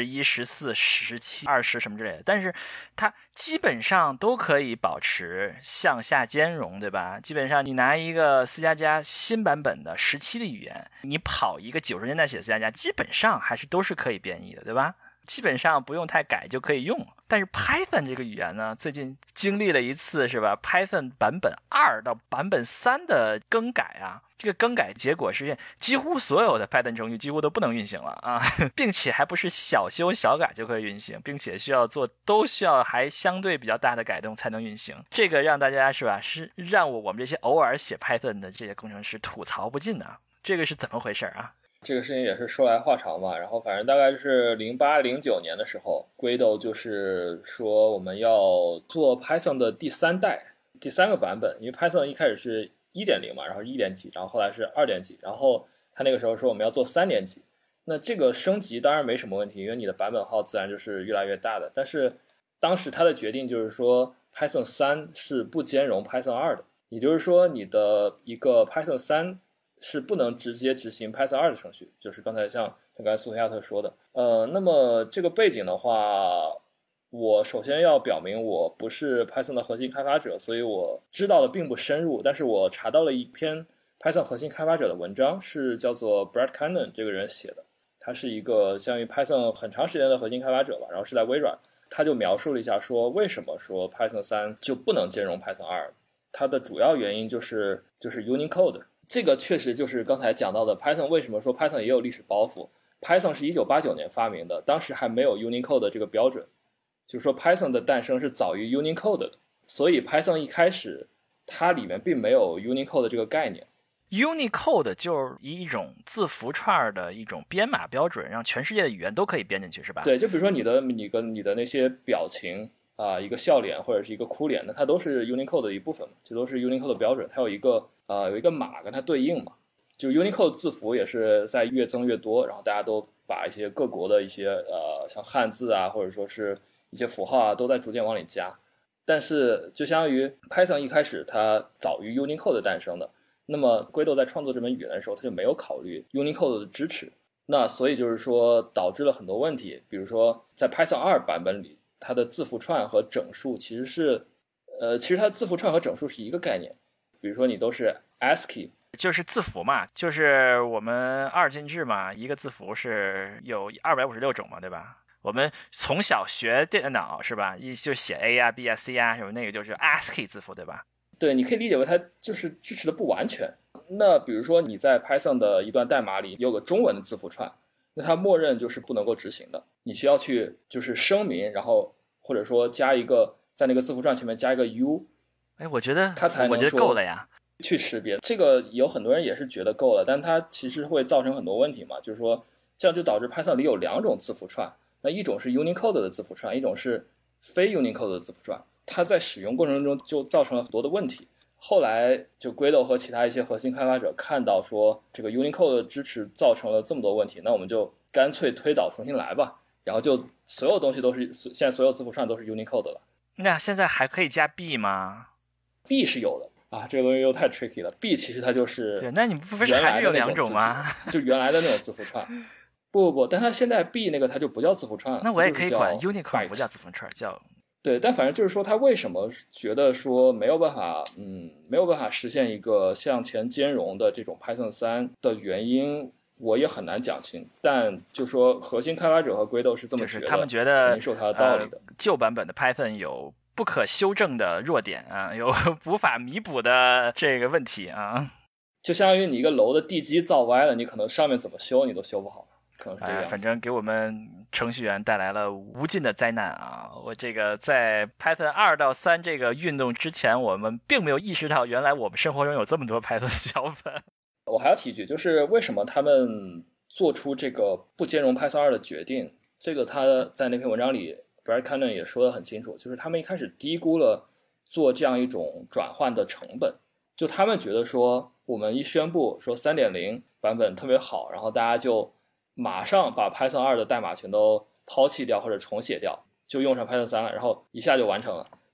11、14、17、20什么之类的，但是它基本上都可以保持向下兼容，对吧？基本上你拿一个 C++ 新版本的17的语言，你跑一个90年代写的 C++，基本上还是都是可以编译的，对吧？基本上不用太改就可以用。但是 Python 这个语言呢，最近经历了一次是吧 Python 版本2到版本3的更改啊，这个更改结果是几乎所有的 Python 程序几乎都不能运行了啊，并且还不是小修小改就可以运行，并且都需要还相对比较大的改动才能运行。这个让大家是吧，是让我们这些偶尔写 Python 的这些工程师吐槽不尽的。这个是怎么回事啊？ 这个事情也是说来话长嘛，然后反正大概是08、09年的时候 Guido 就是说我们要做 Python 的第3代第3个版本，因为 Python 一开始是 1.0 嘛，然后1点几，然后后来是2点几，然后他那个时候说我们要做3点几，那这个升级当然没什么问题，因为你的版本号自然就是越来越大的，但是当时他的决定就是说 Python 3是不兼容 Python 2的，也就是说你的一个 Python 3是不能直接执行 Python 2的程序，就是刚才像刚才苏菲亚特说的。那么这个背景的话，我首先要表明我不是 Python 的核心开发者，所以我知道的并不深入，但是我查到了一篇 Python 核心开发者的文章，是叫做 Brett Cannon 这个人写的，他是一个相当于 Python 很长时间的核心开发者吧，然后是在微软，他就描述了一下说为什么说 Python 3就不能兼容 Python 2，它的主要原因就是 Unicode。这个确实就是刚才讲到的 Python 为什么说 Python 也有历史包袱。Python 是1989年发明的，当时还没有 Unicode 这个标准，就是说 Python 的诞生是早于 Unicode 的，所以 Python 一开始它里面并没有 Unicode 这个概念。 Unicode 就是一种字符串的一种编码标准，让全世界的语言都可以编进去，是吧？ 对，就比如说你的那些表情一个笑脸或者是一个哭脸，那它都是 Unicode 的一部分嘛，这都是 Unicode 的标准，它有一个码跟它对应嘛。就 Unicode 字符也是在越增越多，然后大家都把一些各国的一些像汉字啊，或者说是一些符号啊，都在逐渐往里加。但是就相当于 Python 一开始它早于 Unicode 的诞生的，那么 Guido 在创作这门语言的时候，他就没有考虑 Unicode 的支持，那所以就是说导致了很多问题，比如说在 Python 2版本里，它的字符串和整数其实它的字符串和整数是一个概念，比如说你都是 ASCII。 就是字符嘛，就是我们二进制嘛，一个字符是有256种嘛，对吧？我们从小学电脑是吧，就写 A 啊 B 啊 C 啊什么，那个就是 ASCII 字符，对吧？ 对，你可以理解为它就是支持的不完全。那比如说你在 Python 的一段代码里有个中文的字符串，那它默认就是不能够执行的，你需要去就是声明，然后或者说加一个在那个字符串前面加一个 U， 我觉得它才能说够了呀。 去识别。这个有很多人也是觉得够了，但它其实会造成很多问题嘛，就是说这样就导致 Python 里有2种字符串，那一种是 Unicode 的字符串，一种是非 Unicode 的字符串，它在使用过程中就造成了很多的问题。后来就 Guido 和其他一些核心开发者看到说这个 Unicode 的支持造成了这么多问题，那我们就干脆推倒重新来吧，然后就所有东西都是现在所有字符串都是 Unicode 了。 那现在还可以加 B 吗？ B 是有的啊，这个东西又太 tricky 了。B 其实它就是对，那你不是还是有2种吗？ 就原来的那种字符串。不，但它现在 B 那个它就不叫字符串了。 那我也可以管 Unicode 不叫字符串，叫对，但反正就是说，它为什么觉得说没有办法实现一个向前兼容的这种 Python 3的原因，我也很难讲清。但就说核心开发者和 Guido 是这么觉得， 就是他们觉得肯定是有它的道理的。 旧版本的 Python 有不可修正的弱点啊，有无法弥补的这个问题啊。 就相当于你一个楼的地基造歪了，你可能上面怎么修你都修不好，可能是这样。 反正给我们程序员带来了无尽的灾难啊！我这个在 Python 2到3这个运动之前，我们并没有意识到原来我们生活中有这么多 Python 小粉。 我还要提一句，就是为什么他们做出这个不兼容 Python 2的决定，这个他在那篇文章里 Brett Cannon 也说得很清楚，就是他们一开始低估了做这样一种转换的成本。就他们觉得说我们一宣布说 3.0 版本特别好，然后大家就马上把 Python 2的代码全都抛弃掉或者重写掉，就用上 Python 3了，然后一下就完成了。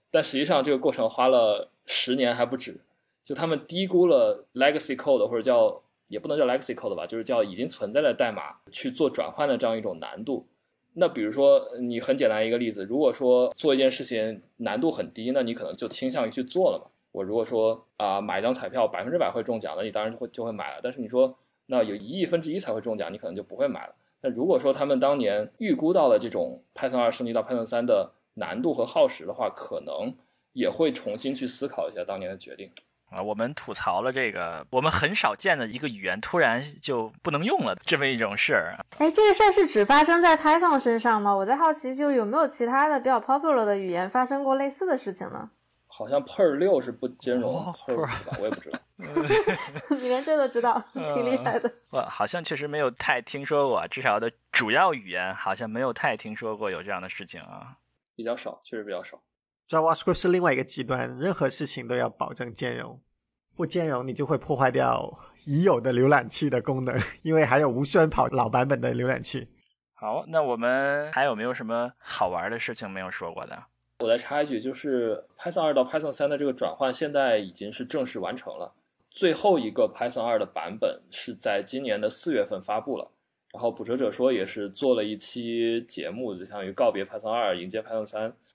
但实际上这个过程花了10年还不止，就他们低估了 legacy code 或者叫也不能叫 legacy code 吧，就是叫已经存在的代码去做转换的这样一种难度。那比如说你很简单一个例子，如果说做一件事情难度很低，那你可能就倾向于去做了嘛。我如果说买一张彩票100%会中奖，那你当然就会买了。但是你说那有1/1000才会中奖，你可能就不会买了。那如果说他们当年预估到了这种 Python 2升级到 Python 3的难度和耗时的话，可能也会重新去思考一下当年的决定。 我们吐槽了这个我们很少见的一个语言突然就不能用了这么一种事儿。 这个事儿是只发生在 Python 身上吗？我在好奇就有没有其他的比较 popular 的语言发生过类似的事情呢？ 好像 Perl 6是不兼容 Perl 吧，我也不知道。 你连这都知道，挺厉害的。 我好像确实没有太听说过，至少的主要语言好像没有太听说过有这样的事情啊， 比较少，确实比较少。 JavaScript 是另外一个极端，任何事情都要保证兼容，不兼容你就会破坏掉已有的浏览器的功能，因为还有无数人跑老版本的浏览器。 好，那我们还有没有什么好玩的事情没有说过的？ 我再插一句，就是 Python 2到 Python 3的这个转换现在已经是正式完成了，最后一个 Python 2的版本是在今年的4月份发布了。然后捕蛇者说也是做了一期节目，就相当于告别 Python 2迎接 Python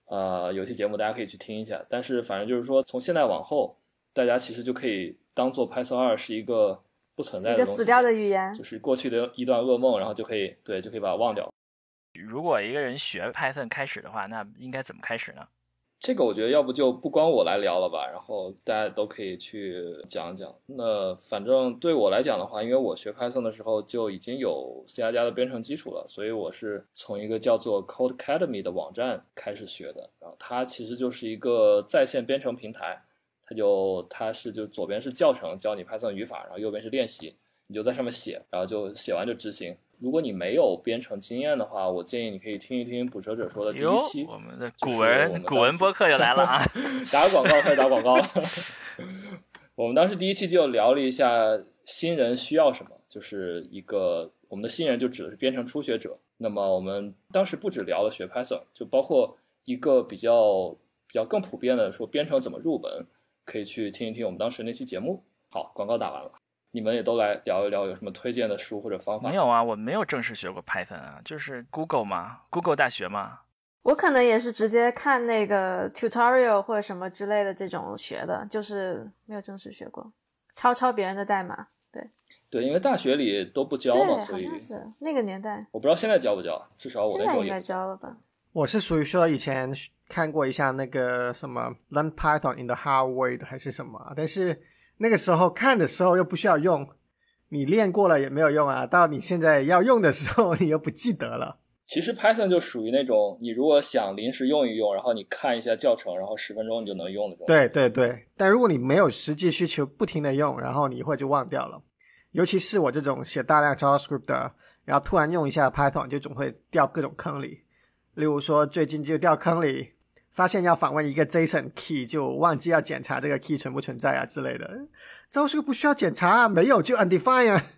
3，有些节目大家可以去听一下。但是反正就是说从现在往后大家其实就可以当做 Python 2是一个不存在的东西， 一个死掉的语言， 就是过去的一段噩梦，然后就可以把它忘掉。 如果一个人学 Python 开始的话，那应该怎么开始呢？ 这个我觉得要不就不光我来聊了吧，然后大家都可以去讲讲。那反正对我来讲的话，因为我学 Python 的时候就已经有 C++ 的编程基础了，所以我是从一个叫做 Codecademy 的网站开始学的。然后它其实就是一个在线编程平台，它是就左边是教程教你 Python 语法，然后右边是练习，你就在上面写，然后就写完就执行。如果你没有编程经验的话，我建议你可以听一听捕蛇者说的第一期。 我们的古文播客就来了啊！ 打个广告，开始打广告了。我们当时第一期就聊了一下新人需要什么，就是我们的新人就指的是编程初学者。那么我们当时不只聊了学 Python， 就包括一个比较更普遍的说编程怎么入门，可以去听一听我们当时那期节目。好，广告打完了。你们也都来聊一聊有什么推荐的书或者方法？ 没有啊，我没有正式学过 Python 啊，就是 Google 大学嘛。 我可能也是直接看那个 tutorial 或者什么之类的这种学的，就是没有正式学过，抄别人的代码。 对，因为大学里都不教嘛，所以好像是那个年代。 我不知道现在教不教，至少我那时候也现在应该教了吧。 我是属于说以前看过一下那个什么 Learn Python in the Hard Way 还是什么，但是那个时候看的时候又不需要用，你练过了也没有用啊，到你现在要用的时候你又不记得了。 其实 Python 就属于那种你如果想临时用一用，然后你看一下教程，然后10分钟你就能用的这种。 对，但如果你没有实际需求不停的用，然后你一会就忘掉了。尤其是我这种写大量 JavaScript 的，然后突然用一下 Python 就总会掉各种坑里。例如说最近就掉坑里，发现要访问一个 JSON key 就忘记要检查这个 key 存不存在啊之类的。JavaScript 不需要检查啊，没有就 undefined 啊。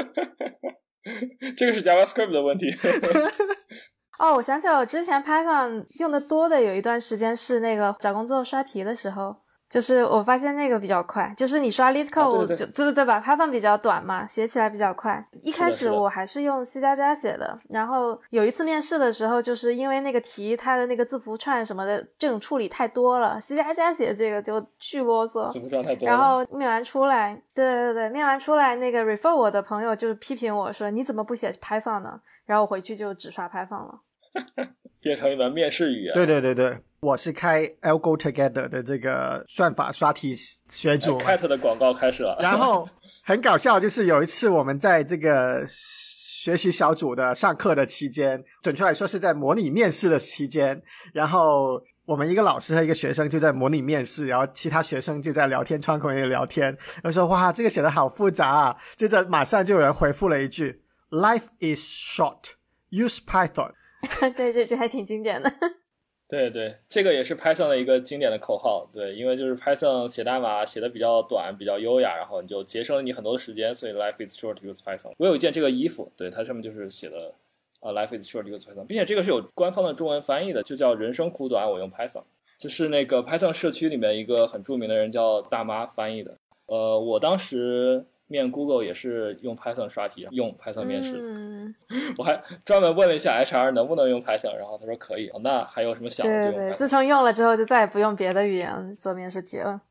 这个是 JavaScript 的问题。 哦，我想起来我之前 Python 用的多的有一段时间是那个找工作刷题的时候，就是我发现那个比较快，就是你刷 LeetCode 对吧 Python 比较短嘛，写起来比较快。一开始我还是用 C++ 写的，然后有一次面试的时候，就是因为那个题它的那个字符串什么的这种处理太多了， C++ 写这个就巨啰嗦， 字符串太多了。 然后面完出来，对，面完出来那个 refer 我的朋友就是批评我说你怎么不写 Python 呢？然后我回去就只刷 Python 了。 变成一门面试语言。 对，我是开 Algo Together 的这个算法刷题学组 ，Cat 的广告开始了。 然后很搞笑，就是有一次我们在这个学习小组的上课的期间，准确来说是在模拟面试的期间，然后我们一个老师和一个学生就在模拟面试，然后其他学生就在聊天窗口里聊天，就说哇这个写得好复杂啊，接着马上就有人回复了一句 Life is short, use Python。 对，这句还挺经典的。 对，这个也是 Python 的一个经典的口号。对，因为就是 Python 写代码写的比较短比较优雅，然后你就节省了你很多的时间，所以 Life is short, use Python。 我有一件这个衣服，对，它上面就是写的Life is short, use Python， 并且这个是有官方的中文翻译的，就叫人生苦短我用 Python。 这是那个 Python 社区里面一个很著名的人叫大妈翻译的。我当时面 Google 也是用 Python 刷题，用 Python 面试。我还专门问了一下 HR 能不能用 Python， 然后他说可以。那还有什么想的就用 Python。 对，自从用了之后就再也不用别的语言做面试题了。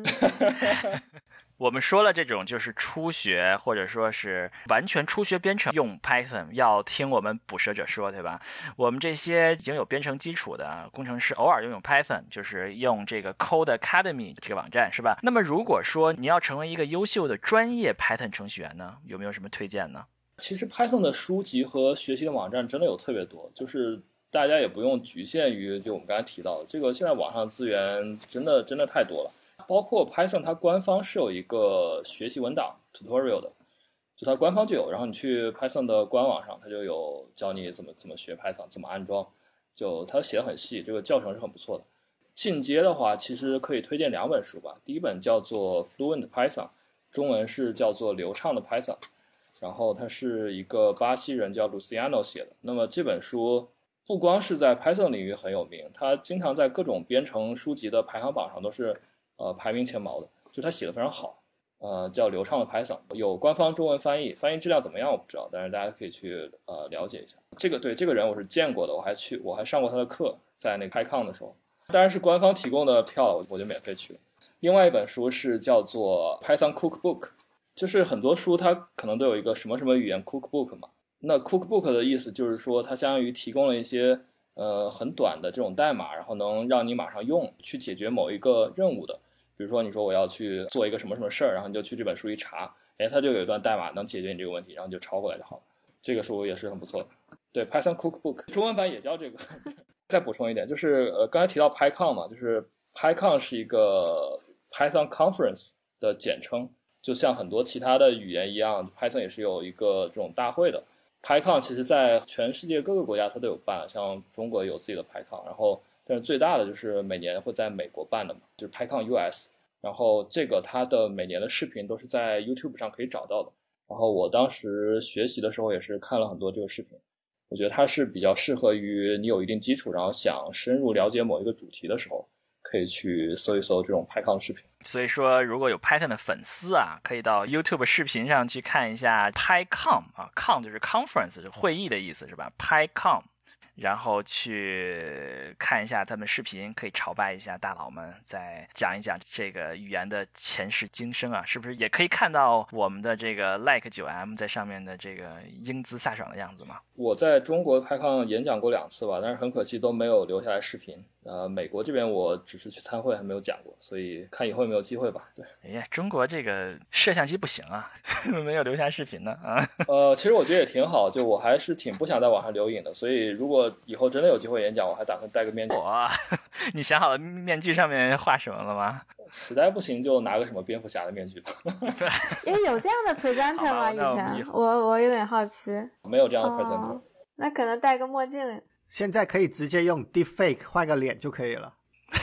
我们说了这种就是初学或者说是完全初学编程用 Python 要听我们捕蛇者说，对吧？我们这些已经有编程基础的工程师偶尔用 Python， 就是用这个 Code Academy 这个网站，是吧？那么如果说你要成为一个优秀的专业 Python 程序员呢，有没有什么推荐呢？ 其实 Python 的书籍和学习的网站真的有特别多，就是大家也不用局限于就我们刚才提到的这个，现在网上资源真的太多了。包括 Python 它官方是有一个学习文档 tutorial 的，就它官方就有，然后你去 Python 的官网上它就有教你怎么学 Python， 怎么安装，就它写得很细，这个教程是很不错的。进阶的话其实可以推荐2本书吧，第一本叫做 Fluent Python， 中文是叫做流畅的 Python， 然后它是一个巴西人叫 Luciano 写的。那么这本书不光是在 Python 领域很有名，它经常在各种编程书籍的排行榜上都是排名前茅的，就他写的非常好，叫流畅的 Python， 有官方中文翻译，翻译质量怎么样我不知道，但是大家可以去了解一下。这个人我是见过的，我还上过他的课，在那个 PyCon 的时候，当然是官方提供的票，我就免费去了。另外一本书是叫做 Python Cookbook， 就是很多书它可能都有一个什么什么语言 Cookbook 嘛，那 Cookbook 的意思就是说它相当于提供了一些很短的这种代码，然后能让你马上用去解决某一个任务的。比如说你说我要去做一个什么什么事儿，然后你就去这本书一查，它就有一段代码能解决你这个问题，然后你就抄过来就好了。这个书也是很不错的。对 Python Cookbook 中文版也叫这个。再补充一点，就是刚才提到 PyCon 嘛，就是 PyCon 是一个 Python Conference 的简称，就像很多其他的语言一样 Python 也是有一个这种大会的。PyCon 其实在全世界各个国家它都有办，像中国有自己的 PyCon， 然后但是最大的就是每年会在美国办的嘛，就是 PyCon US， 然后这个它的每年的视频都是在 YouTube 上可以找到的。然后我当时学习的时候也是看了很多这个视频，我觉得它是比较适合于你有一定基础，然后想深入了解某一个主题的时候，可以去搜一搜这种 PyCon 视频。 所以说如果有 Python 的粉丝啊，可以到 YouTube 视频上去看一下 PyCon 啊 ，Con 就是 conference 是会议的意思是吧？ PyCon，然后去看一下他们视频，可以朝拜一下大佬们，再讲一讲这个语言的前世今生啊，是不是也可以看到我们的这个 Like 9M 在上面的这个英姿飒爽的样子吗？ 我在中国PyCon演讲过2次吧，但是很可惜都没有留下来视频。美国这边我只是去参会，还没有讲过，所以看以后有没有机会吧。对， 哎呀，中国这个摄像机不行啊，没有留下视频呢啊。 其实我觉得也挺好，就我还是挺不想在网上留影的，所以如果以后真的有机会演讲，我还打算戴个面具。 你想好了面具上面画什么了吗？ 实在不行就拿个什么蝙蝠侠的面具吧。 有这样的 presenter 吗？以前我有点好奇。 没有这样的 presenter。 那可能戴个墨镜。 现在可以直接用 deepfake 换个脸就可以了。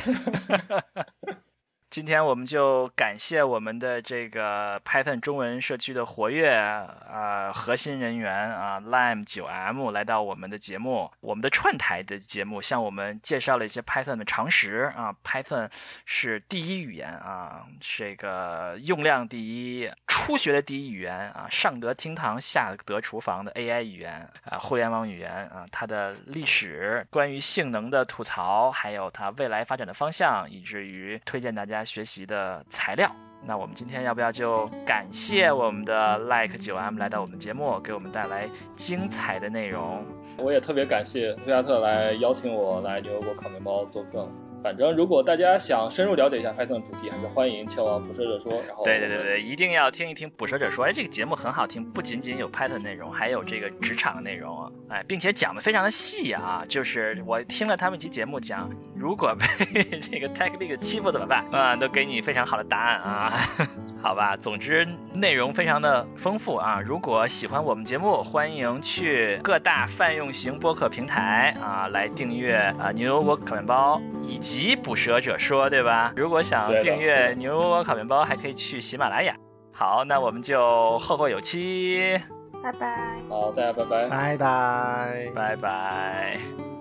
今天我们就感谢我们的这个 Python 中文社区的活跃核心人员Lime 9M 来到我们的节目，我们的串台的节目，向我们介绍了一些 Python 的常识Python 是第一语言这个用量第一，初学的第一语言上得厅堂下得厨房的 AI 语言互联网语言它的历史，关于性能的吐槽，还有它未来发展的方向，以至于推荐大家学习的材料。那我们今天要不要就感谢我们的 Like 9M 来到我们节目，给我们带来精彩的内容。 我也特别感谢菲亚特来邀请我来牛油果烤面包做客。反正如果大家想深入了解一下 Python 主题，还是欢迎前往捕蛇者说。然后对，一定要听一听捕蛇者说。这个节目很好听，不仅仅有 Python 内容，还有这个职场内容并且讲的非常的细就是我听了他们一期节目讲，如果被这个 Tech League 欺负怎么办都给你非常好的答案好吧，总之内容非常的丰富如果喜欢我们节目，欢迎去各大泛用型播客平台来订阅牛油果烤面包以及捕蛇者说，对吧？如果想订阅牛油果烤面包，还可以去喜马拉雅。好，那我们就后有期， 拜拜。 好，大家拜拜， 拜拜， 拜拜。